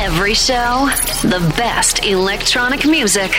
Every show, the best electronic music.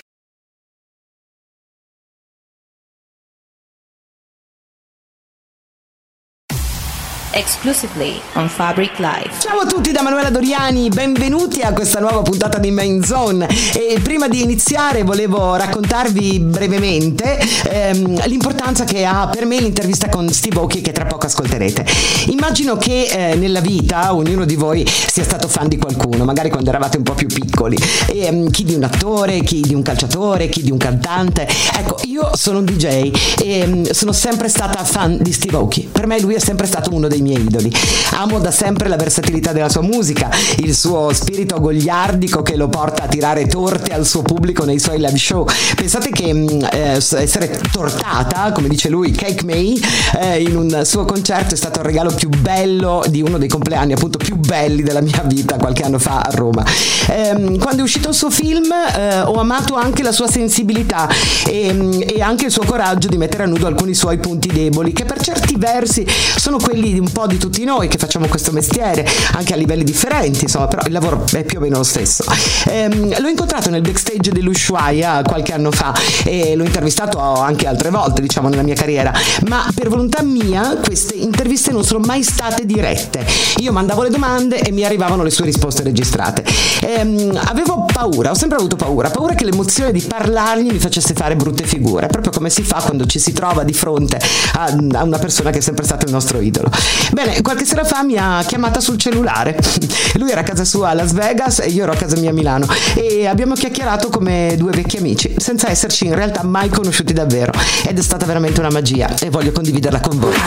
Exclusively on Fabric Live. Ciao a tutti da Manuela Doriani, benvenuti a questa nuova puntata di Main Zone. E prima di iniziare volevo raccontarvi brevemente l'importanza che ha per me l'intervista con Steve Aoki, che tra poco ascolterete. Immagino che nella vita ognuno di voi sia stato fan di qualcuno, magari quando eravate un po' più piccoli, chi di un attore, chi di un calciatore, chi di un cantante. Ecco, io sono un DJ e sono sempre stata fan di Steve Aoki. Per me lui è sempre stato uno dei miei idoli. Amo da sempre la versatilità della sua musica, il suo spirito goliardico che lo porta a tirare torte al suo pubblico nei suoi live show. Pensate che essere tortata, come dice lui, Cake Me, in un suo concerto è stato il regalo più bello di uno dei compleanni appunto più belli della mia vita qualche anno fa a Roma. Quando è uscito il suo film ho amato anche la sua sensibilità e anche il suo coraggio di mettere a nudo alcuni suoi punti deboli, che per certi versi sono quelli di un po' di tutti noi che facciamo questo mestiere, anche a livelli differenti, insomma, però il lavoro è più o meno lo stesso. L'ho incontrato nel backstage dell'Ushuaia qualche anno fa e l'ho intervistato anche altre volte, diciamo, nella mia carriera, ma per volontà mia queste interviste non sono mai state dirette. Io mandavo le domande e mi arrivavano le sue risposte registrate. Avevo paura, ho sempre avuto paura che l'emozione di parlargli mi facesse fare brutte figure, proprio come si fa quando ci si trova di fronte a una persona che è sempre stato il nostro idolo. Bene, qualche sera fa mi ha chiamata sul cellulare. Lui era a casa sua a Las Vegas e io ero a casa mia a Milano e abbiamo chiacchierato come due vecchi amici, senza esserci in realtà mai conosciuti davvero, ed è stata veramente una magia e voglio condividerla con voi.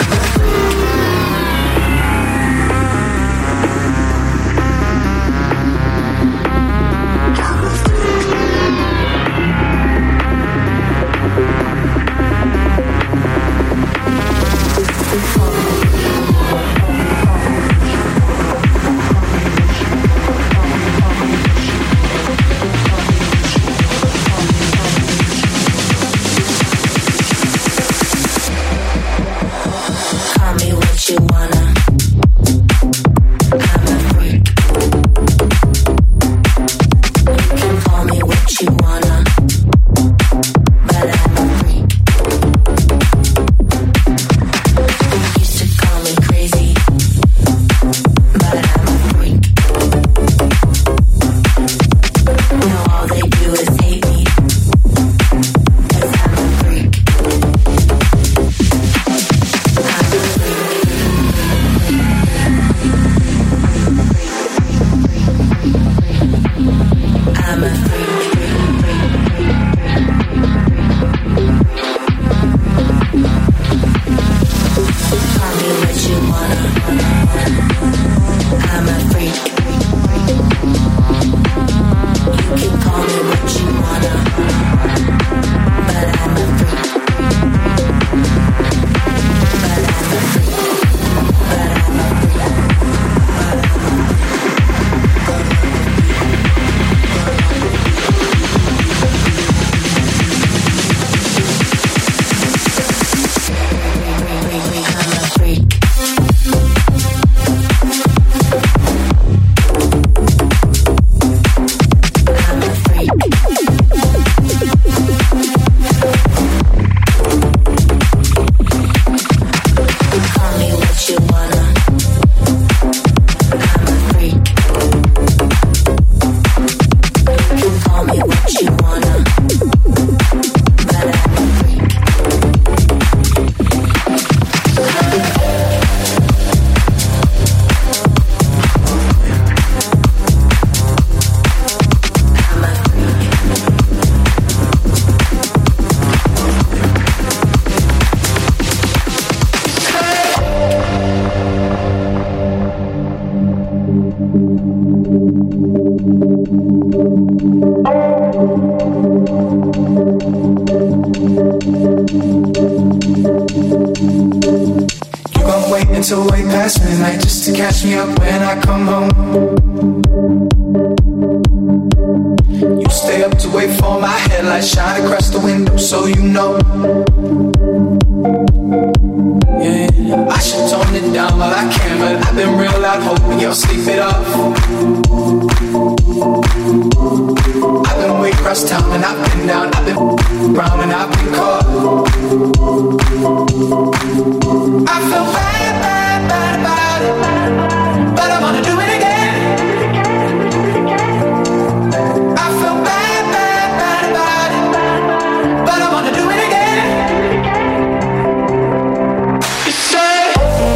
until way past midnight just to catch me up when I come home. You stay up to wait for my headlights shine across the window so you know. Yeah, I should tone it down while I can, but I've been real loud hoping you'll sleep it off. I've been way across town and I've been down. I've been round and I've been caught. I feel bad, bad, bad about it, but I wanna do it again. I feel bad, bad, bad about it, but I wanna do it again. You say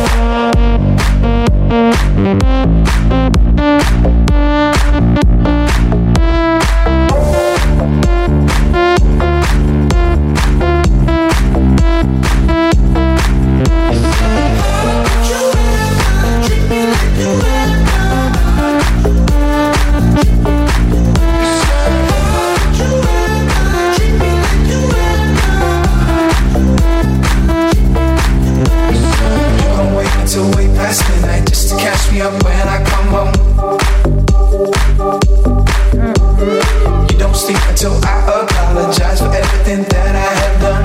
way past midnight just to catch me up when I come home. You don't sleep until I apologize for everything that I have done.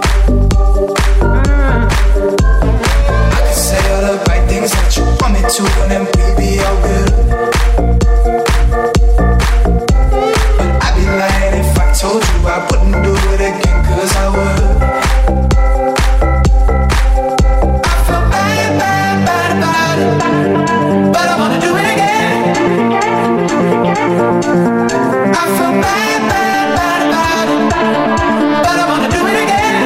I can say all the right things that you want me to, and then we be all good. But I'd be lying if I told you I wouldn't do it again, 'cause I would. But I wanna do it again. I feel bad, bad, bad about it, but I wanna do it again.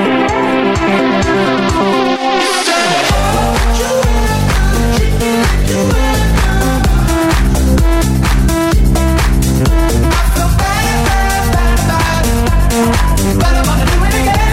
I feel bad, bad, bad about it, but I wanna do it again.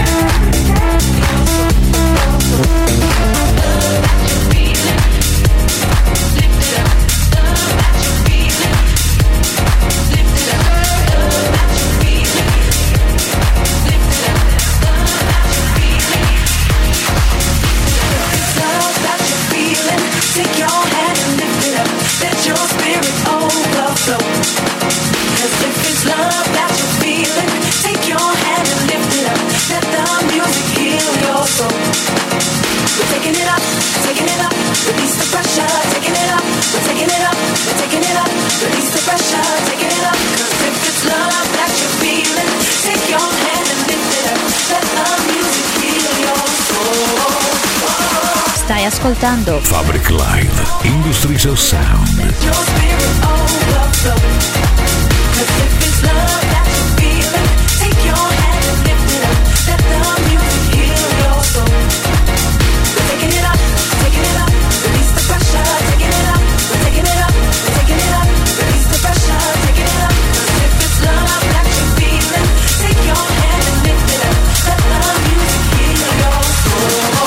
Take your hand and lift it up. Let your spirit overflow. 'Cause if it's love that you're feeling, take your hand and lift it up. Let the music heal your soul. We're taking it up, taking it up. Release the pressure, taking it up. We're taking it up, we're taking it up. Release the pressure, taking it up. 'Cause if it's love that you're feeling, take your hand and lift it up. Let the music heal your soul. Stai ascoltando Fabric Live, Industries of Sound. Let your spirit overflow. 'Cause if it's love that you're feeling, take your hand and lift it up. Let the music heal your soul. We're taking it up, taking it up. Release the pressure, taking it up. We're taking it up, we're taking it up. Release the pressure, taking it up. 'Cause if it's love that you're feeling, take your hand and lift it up. Let the music heal your soul.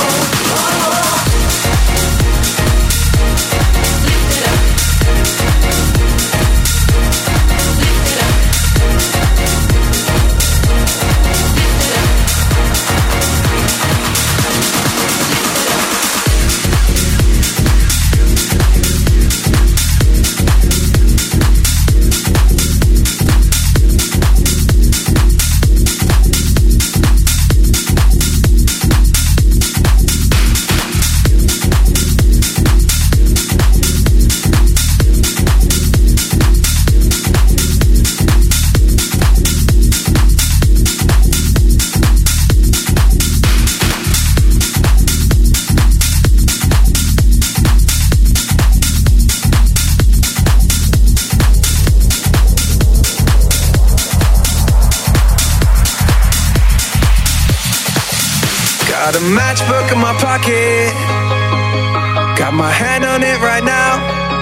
Got a matchbook in my pocket, got my hand on it right now.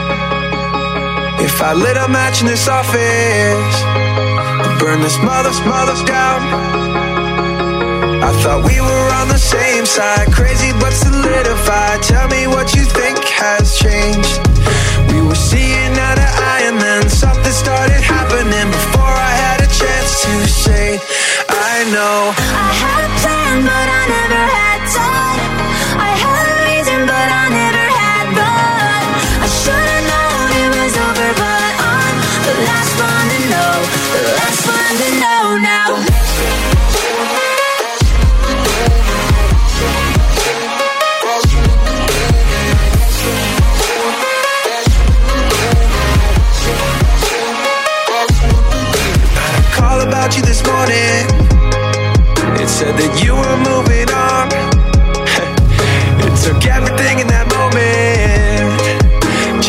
If I lit a match in this office, I'd burn this mother down. I thought we were on the same side, crazy but solidified. Tell me what you think has changed. We were seeing eye to eye and then something started happening before I had a chance to say I know. I had a plan but I never had time. I had a reason but I never had run. I should've known it was over, but I'm the last one to know, the last one to know now.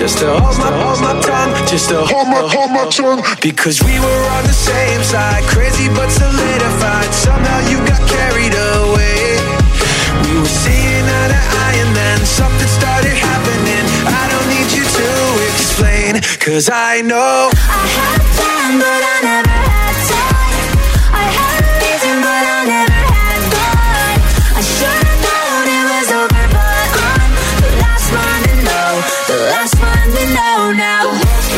just to hold my tongue, just to hold my tongue. Because we were on the same side, crazy but solidified. Somehow you got carried away. We were seeing eye to eye and then something started happening. I don't need you to explain, cause I know. I had a plan, but I never had time. I had a reason, but I never had one. I should've known it was over, but I'm the last one to know, the last one to know now.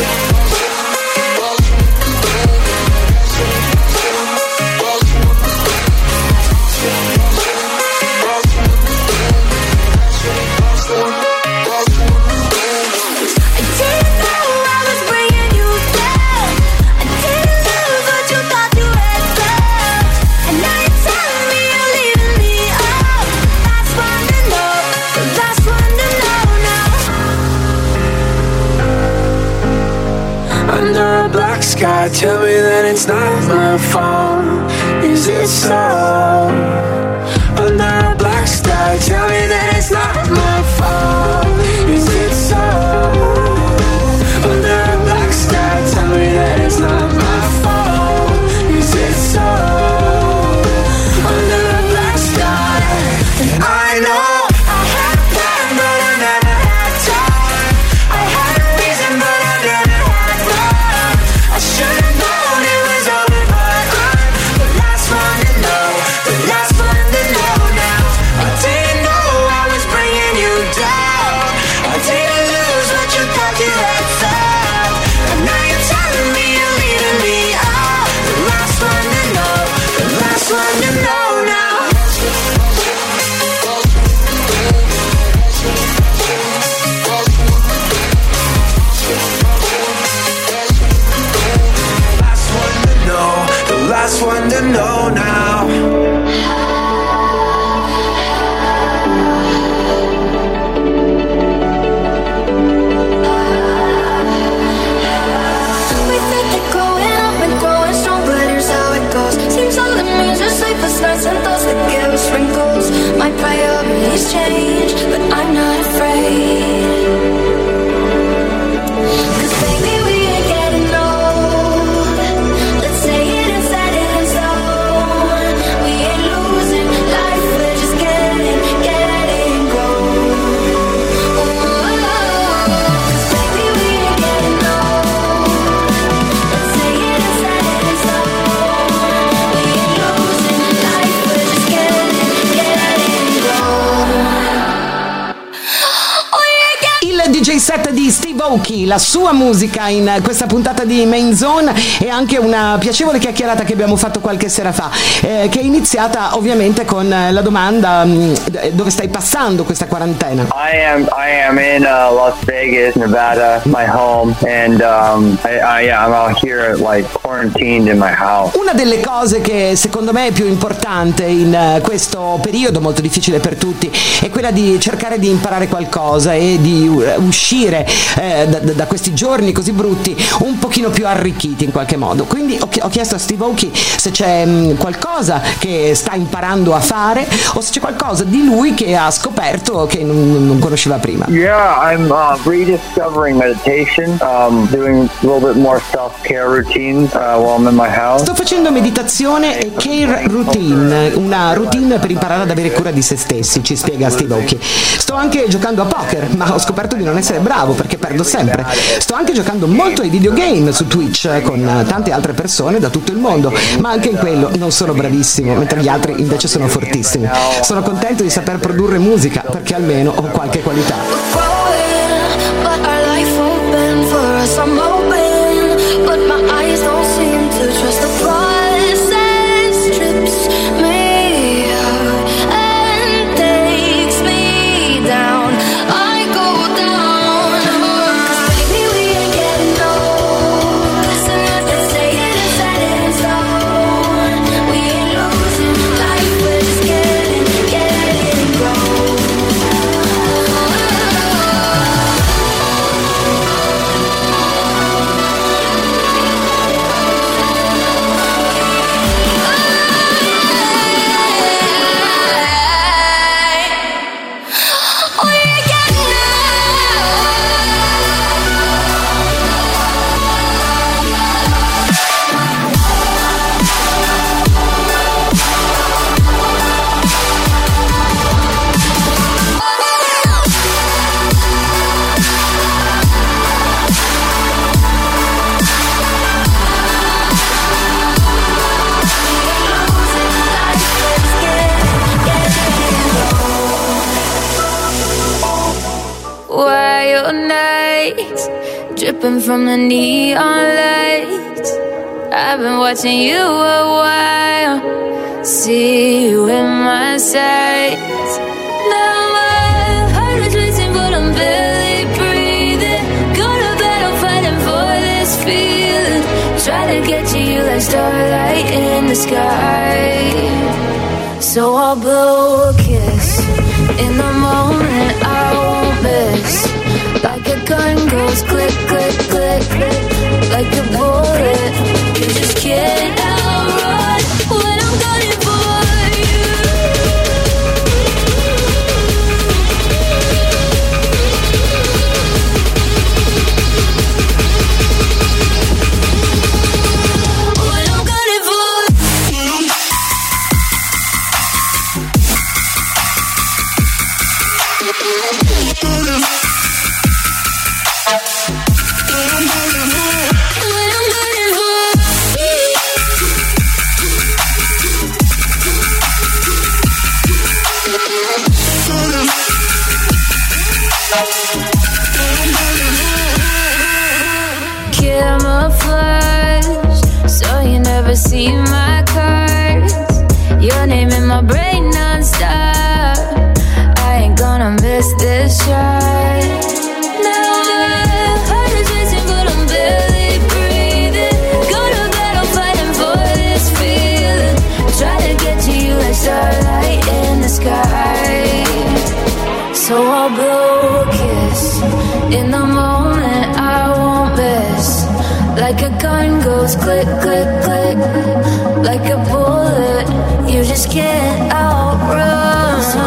Under a black sky, tell me that it's not my fault. Is it so? Under a black sky, tell me that it's not my fault. Is it so? Under a black sky, tell me that it's not my fault. Is it so? Under a black sky, and I know. Last one to know now. We think they're growing up and growing strong, but here's how it goes. Seems all the means are safest nights and those that give us wrinkles. My priorities change, but I'm not afraid. DJ set di Steve Aoki, la sua musica in questa puntata di Main Zone e anche una piacevole chiacchierata che abbiamo fatto qualche sera fa, che è iniziata ovviamente con la domanda dove stai passando questa quarantena. I am in Las Vegas, Nevada, my home, and I'm out here like quarantined in my house. Una delle cose che secondo me è più importante in questo periodo molto difficile per tutti è quella di cercare di imparare qualcosa e di uscire da questi giorni così brutti un pochino più arricchiti in qualche modo. Quindi ho chiesto a Steve Aoki se c'è qualcosa che sta imparando a fare o se c'è qualcosa di lui che ha scoperto che non conosceva prima. Yeah, I'm rediscovering meditation, doing a little bit more self-care routines while I'm in my house. Sto facendo meditazione e care routine, una routine per imparare ad avere cura di se stessi, ci spiega Steve Aoki. Sto anche giocando a poker, ma ho scoperto di non essere bravo perché perdo sempre. Sto anche giocando molto ai videogame su Twitch con tante altre persone da tutto il mondo, ma anche in quello non sono bravissimo, mentre gli altri invece sono fortissimi. Sono contento di saper produrre musica perché almeno ho qualche qualità. braids, dripping from the neon lights. I've been watching you a while, see you in my sights. Now my heart is racing, but I'm barely breathing. Go to battle, fighting for this feeling. Try to get to you like starlight in the sky. So I'll blow a kiss in the moment I won't miss. Like a gun goes click, click, click, like a bullet. You just can't outrun when I'm gunning for camouflage, so you never see my cards. Your name in my brain non-stop. I ain't gonna miss this shot. Now my heart is racing, but I'm barely breathing. Go to battle, fighting for this feeling. Try to get to you like starlight in the sky. So I'll blow a kiss in the moment I won't miss. Like a gun goes click, click, click, like a bullet. You just can't outrun. So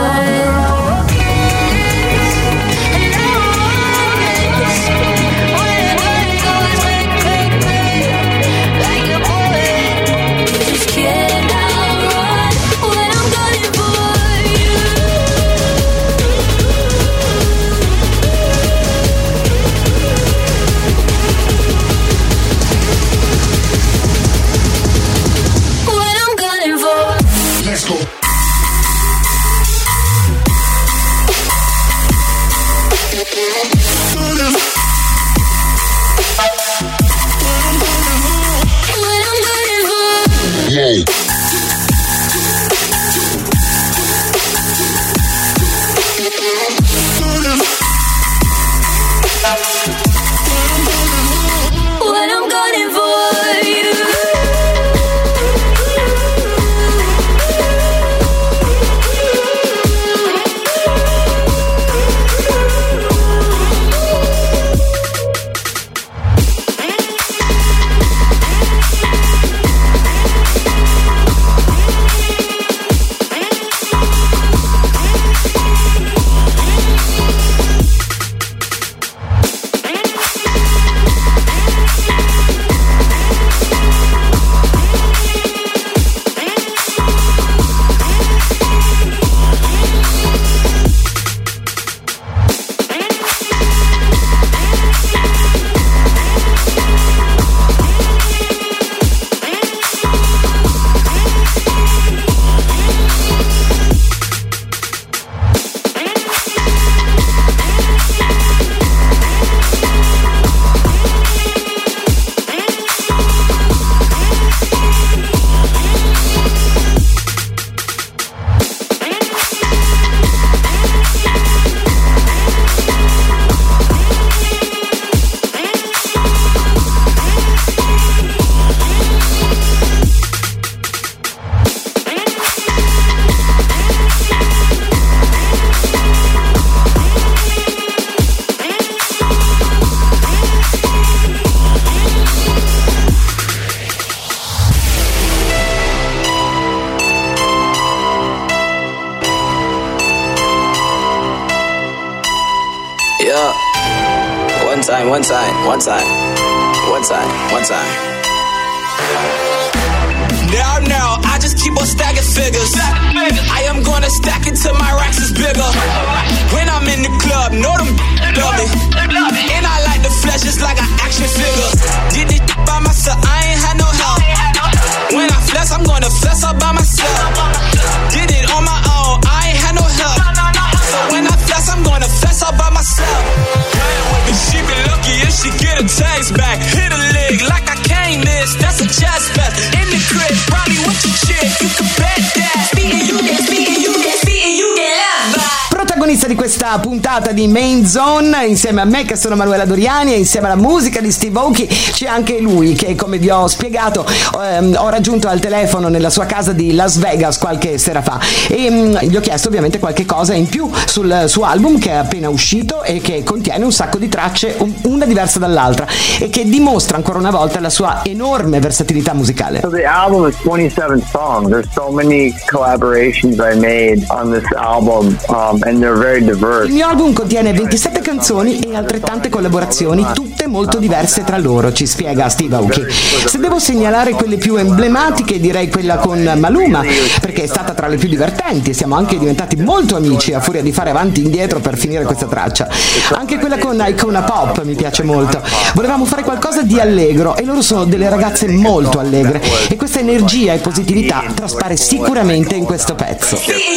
One time. Now, I just keep on stacking figures. I am gonna stack it till my racks is bigger. When I'm in the club, know them love me. And I like the flesh just like an action figure. Did it by myself, I ain't had no help. When I flex, I'm gonna flex all by myself. Did it on my own, I ain't had no help. So when I flex, I'm gonna flex all by myself. And she been a taste back. Hit a leg like I can't miss. That's a chest fest. In the crib, probably with your chick. You can bet that. Speaking you get love by. Protagonista di questa puntata di Main Zone, insieme a me che sono Manuela Doriani e insieme alla musica di Steve Aoki c'è anche lui che, come vi ho spiegato, ho raggiunto al telefono nella sua casa di Las Vegas qualche sera fa e gli ho chiesto ovviamente qualche cosa in più sul suo album che è appena uscito e che contiene un sacco di tracce, una diversa dall'altra, e che dimostra ancora una volta la sua enorme versatilità musicale. So the album is 27 songs. There's so many collaborations I made on this album, and they're very diverse. Il mio album contiene 27 canzoni e altrettante collaborazioni, tutte molto diverse tra loro, ci spiega Steve Aoki. Se devo segnalare quelle più emblematiche, direi quella con Maluma, perché è stata tra le più divertenti e siamo anche diventati molto amici a furia di fare avanti e indietro per finire questa traccia. Anche quella con Icona Pop mi piace molto. Volevamo fare qualcosa di allegro e loro sono delle ragazze molto allegre e questa energia e positività traspare sicuramente in questo pezzo.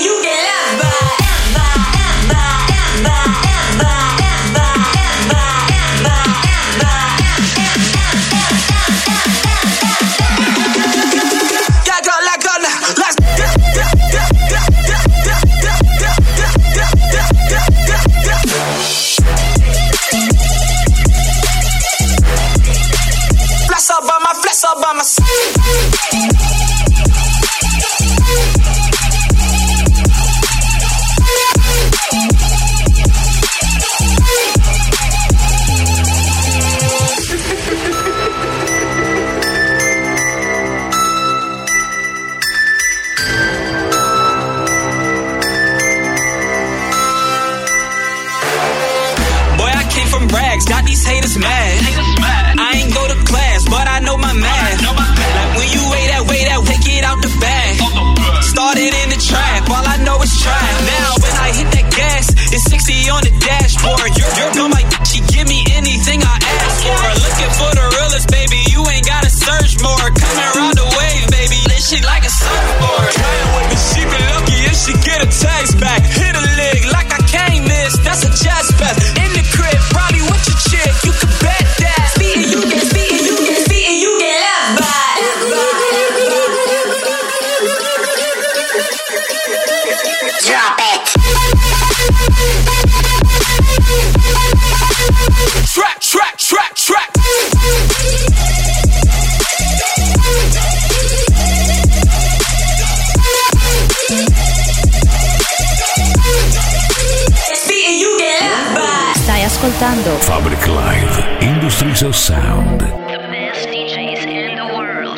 Got these haters mad. I ain't go to class, but I know my math. Like when you weigh that, take it out the bag. Started in the trap, all I know is trap. Now when I hit that gas, it's 60 on the dashboard. You're know my she give me anything I ask for. Looking for the realest, baby. You ain't gotta search more. Coming around the wave, baby. This shit like a surfboard. Playing with me, she be lucky if she get a text back. Hit a leg like I can't miss. That's a chest fest. In the crib, probably with your chick. You can bet that. Speaking you get love by. Drop it. Track. Stai ascoltando Fabric Live, Industries of Sound. The best DJs in the world.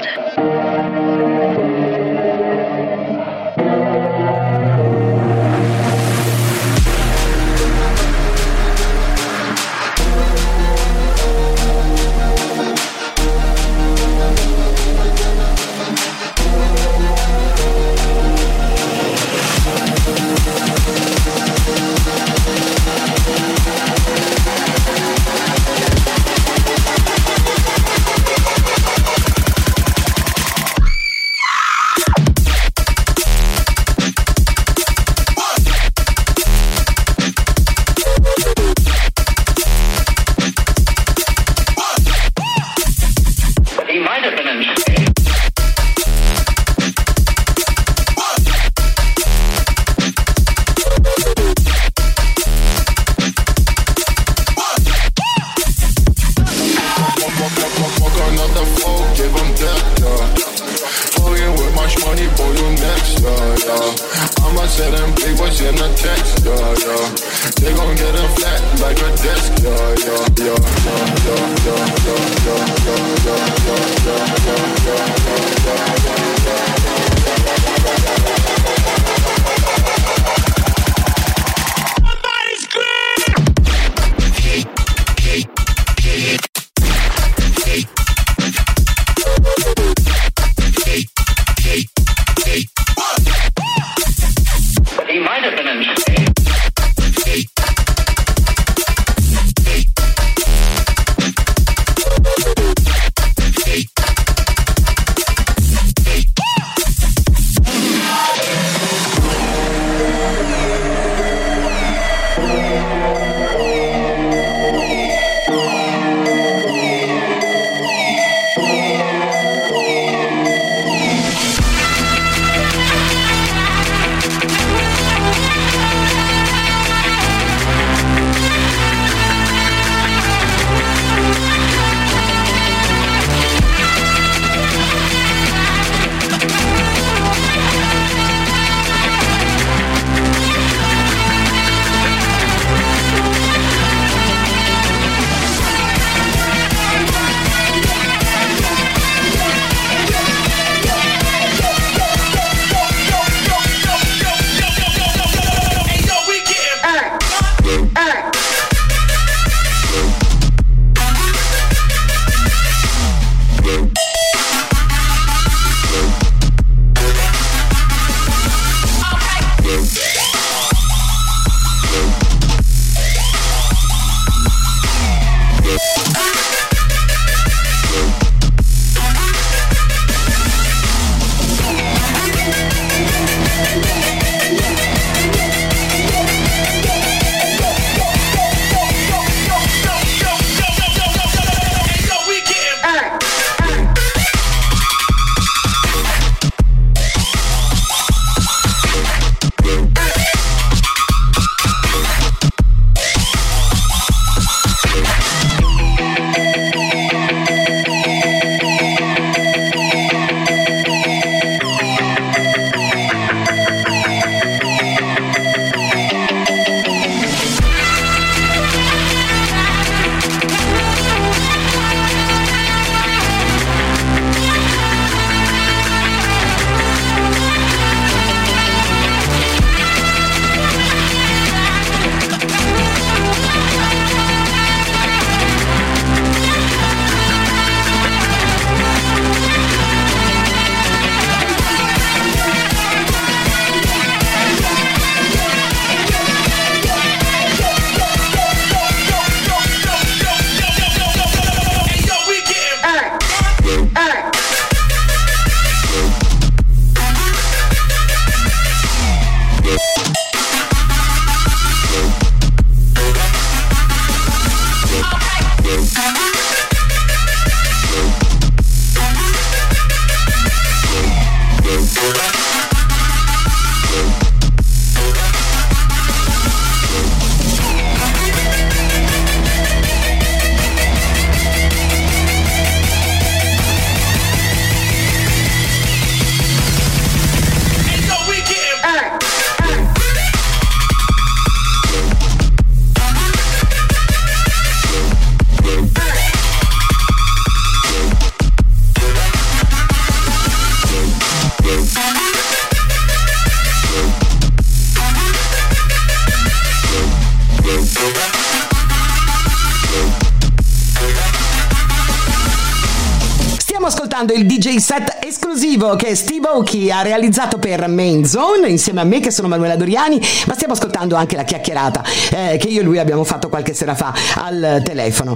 ascoltando il DJ set esclusivo che Steve Aoki ha realizzato per Main Zone insieme a me, che sono Manuela Doriani, ma stiamo ascoltando anche la chiacchierata che io e lui abbiamo fatto qualche sera fa al telefono.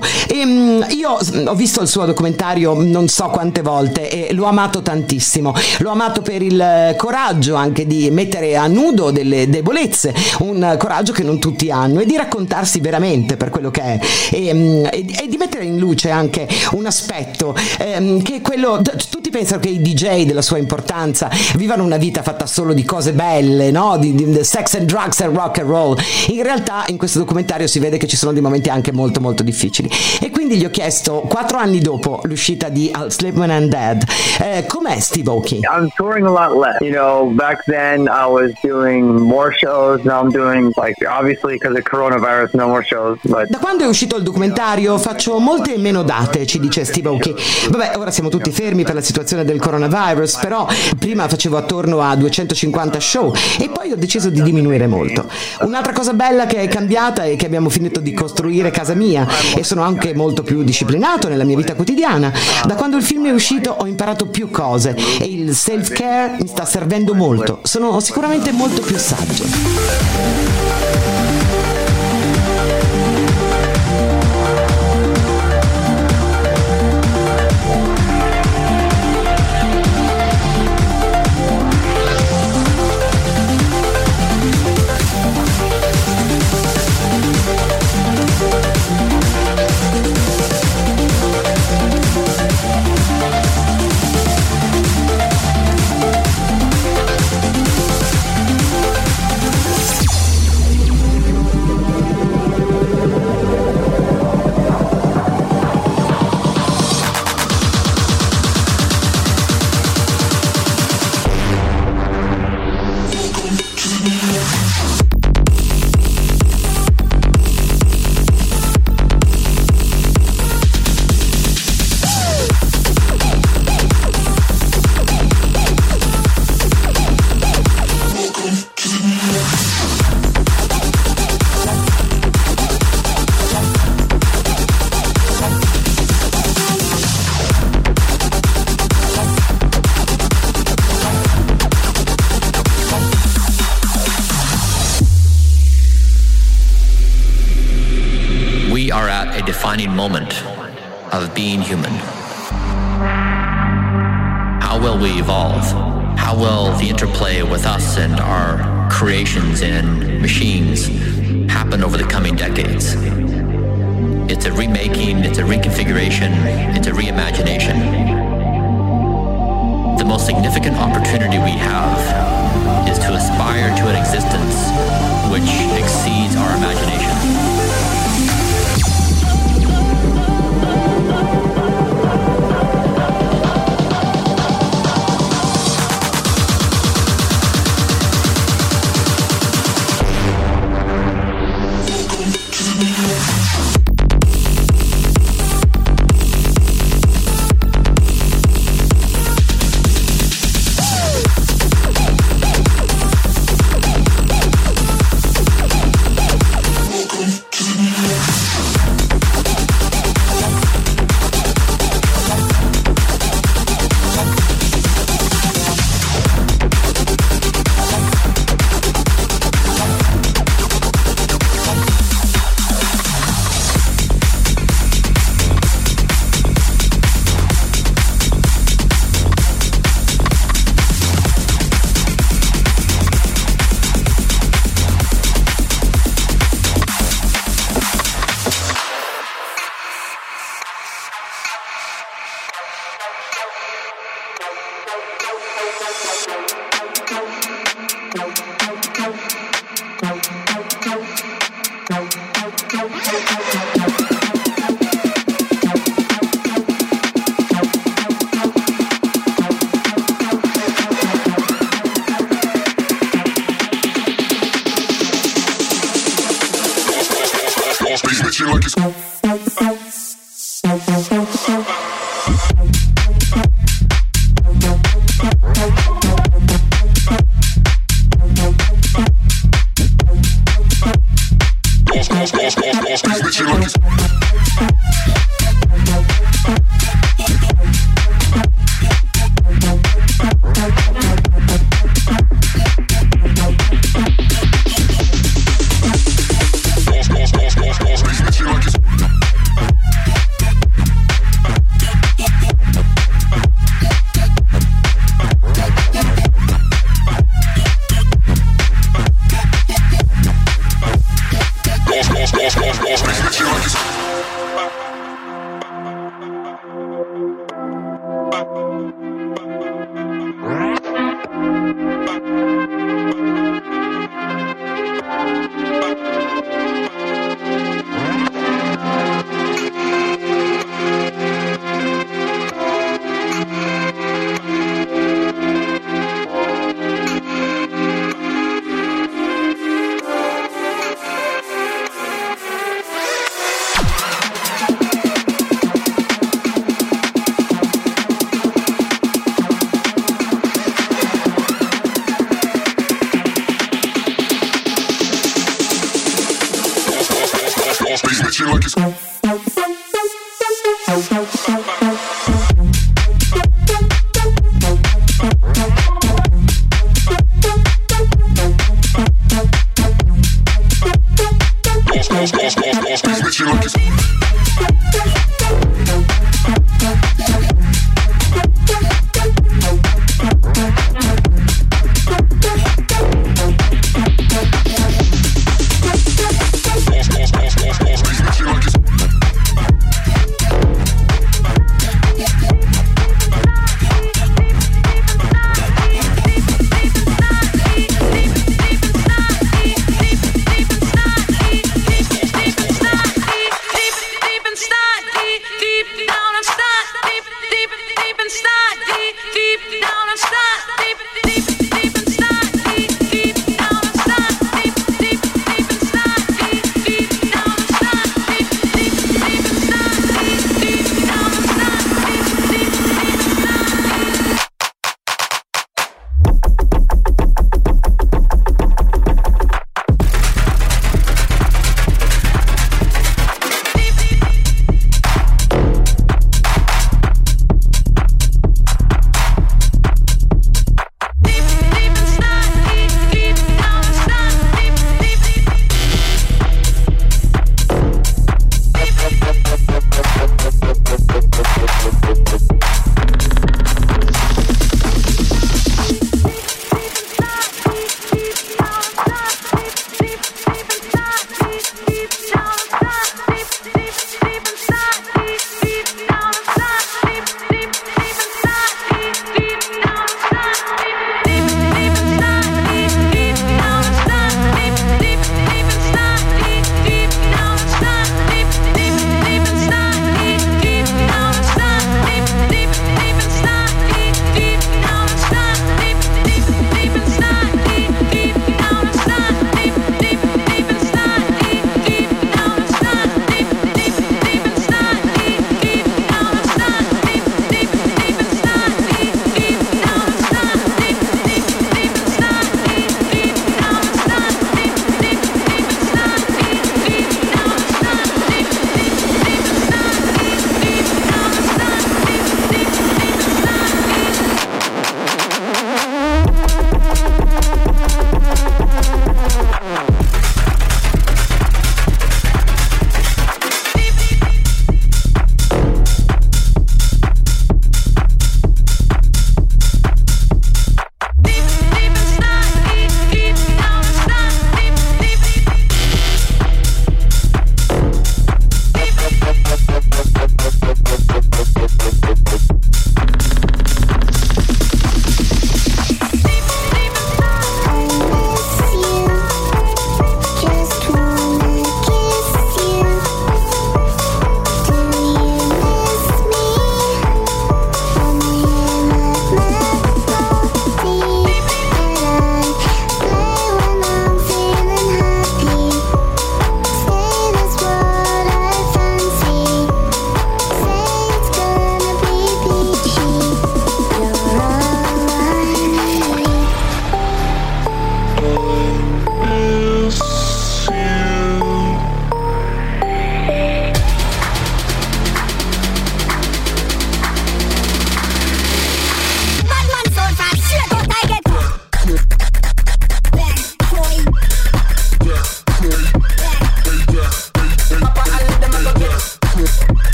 Io ho visto il suo documentario non so quante volte e l'ho amato tantissimo. L'ho amato per il coraggio anche di mettere a nudo delle debolezze, un coraggio che non tutti hanno, e di raccontarsi veramente per quello che è, e di mettere in luce anche un aspetto che è quello, tutti pensano che i DJ della sua importanza vivano una vita fatta solo di cose belle, no? Di sex and drugs and rock and roll. In realtà in questo documentario si vede che ci sono dei momenti anche molto molto difficili, e quindi gli ho chiesto 4 anni dopo l'uscita di I'll Sleep When I'm Dead, com'è Steve Aoki? I'm touring a lot less. You know, back then I was doing more shows. Now I'm doing, like, obviously because of coronavirus, no more shows. But da quando è uscito il documentario faccio molte meno date, ci dice Steve Aoki. Vabbè, ora siamo tutti fermi per la situazione del coronavirus, però prima facevo attorno a 250 show e poi ho deciso di diminuire molto. Un'altra cosa bella che è cambiata è che abbiamo finito di costruire casa mia e sono anche molto più disciplinato nella mia vita quotidiana. Da quando il film è uscito ho imparato più cose e il self-care mi sta servendo molto. Sono sicuramente molto più saggio. defining moment of being human. How will we evolve? How will the interplay with us and our creations and machines happen over the coming decades? It's a remaking, it's a reconfiguration, it's a reimagination. The most significant opportunity we have is to aspire to an existence which exceeds our imagination.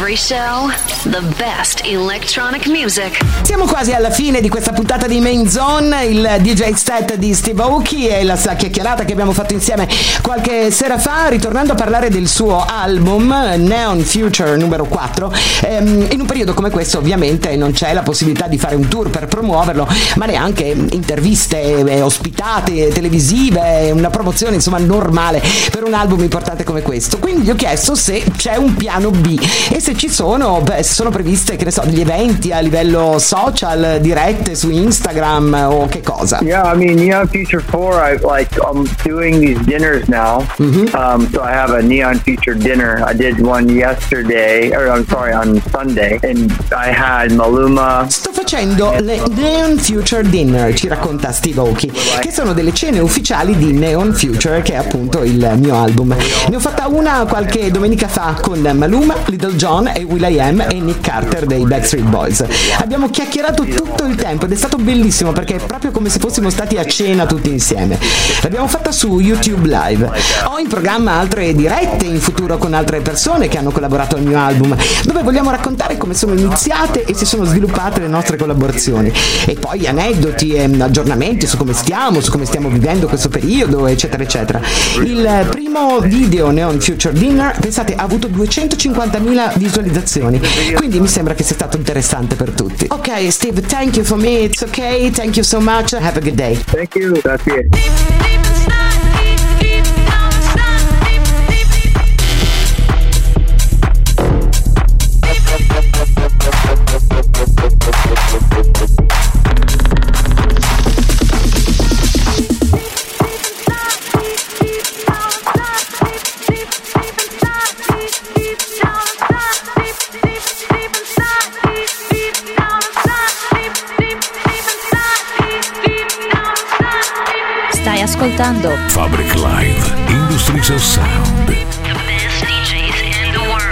every show, the best electronic music. Siamo quasi alla fine di questa puntata di Main Zone, il DJ set di Steve Aoki e la chiacchierata che abbiamo fatto insieme qualche sera fa, ritornando a parlare del suo album Neon Future numero 4. In un periodo come questo ovviamente non c'è la possibilità di fare un tour per promuoverlo, ma neanche interviste ospitate televisive, una promozione insomma normale per un album importante come questo. Quindi gli ho chiesto se c'è un piano B e se ci sono, se sono previste, che ne so, degli eventi a livello social, dirette su Instagram o che cosa. Yeah, I mean, Neon Future 4, I'm doing these dinners now. So I have a Neon Future dinner. I did one yesterday, on Sunday, and I had Maluma. Sto facendo le Neon Future Dinner, ci racconta Steve Aoki, che sono delle cene ufficiali di Neon Future, che è appunto il mio album. Ne ho fatta una qualche domenica fa con Maluma, Little John e will.i.am e Nick Carter dei Backstreet Boys. Abbiamo chiacchierato tutto il tempo ed è stato bellissimo perché è proprio come se fossimo stati a cena tutti insieme. L'abbiamo fatta su YouTube Live. Ho in programma altre dirette in futuro con altre persone che hanno collaborato al mio album, dove vogliamo raccontare come sono iniziate e si sono sviluppate le nostre collaborazioni, e poi aneddoti e aggiornamenti su come stiamo vivendo questo periodo, eccetera eccetera. Il primo video Neon Future Dinner, pensate, ha avuto 250.000 visualizzazioni, quindi mi sembra che sia stato interessante per tutti. Ok Steve, thank you for me, it's okay, thank you so much, have a good day. Thank you, that's it. Stai ascoltando Fabric Live, Industries of Sound. The best DJs in the world.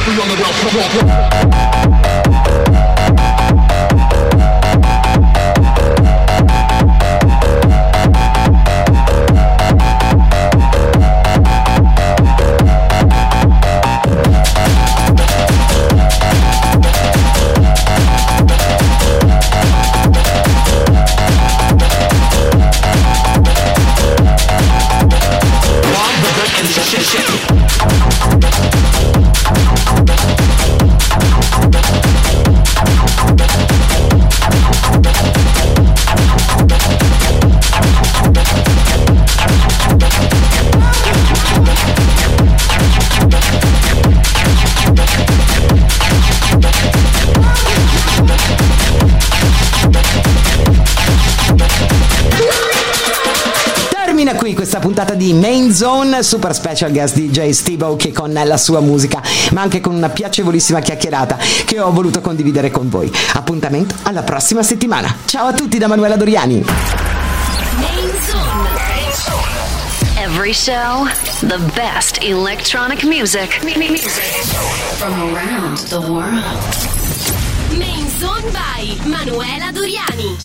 Questa puntata di Main Zone, super special guest DJ Steve Aoki con la sua musica, ma anche con una piacevolissima chiacchierata che ho voluto condividere con voi. Appuntamento alla prossima settimana. Ciao a tutti da Manuela Doriani. Main Zone. Every show, the best electronic music. From around the world. Main Zone by Manuela Doriani.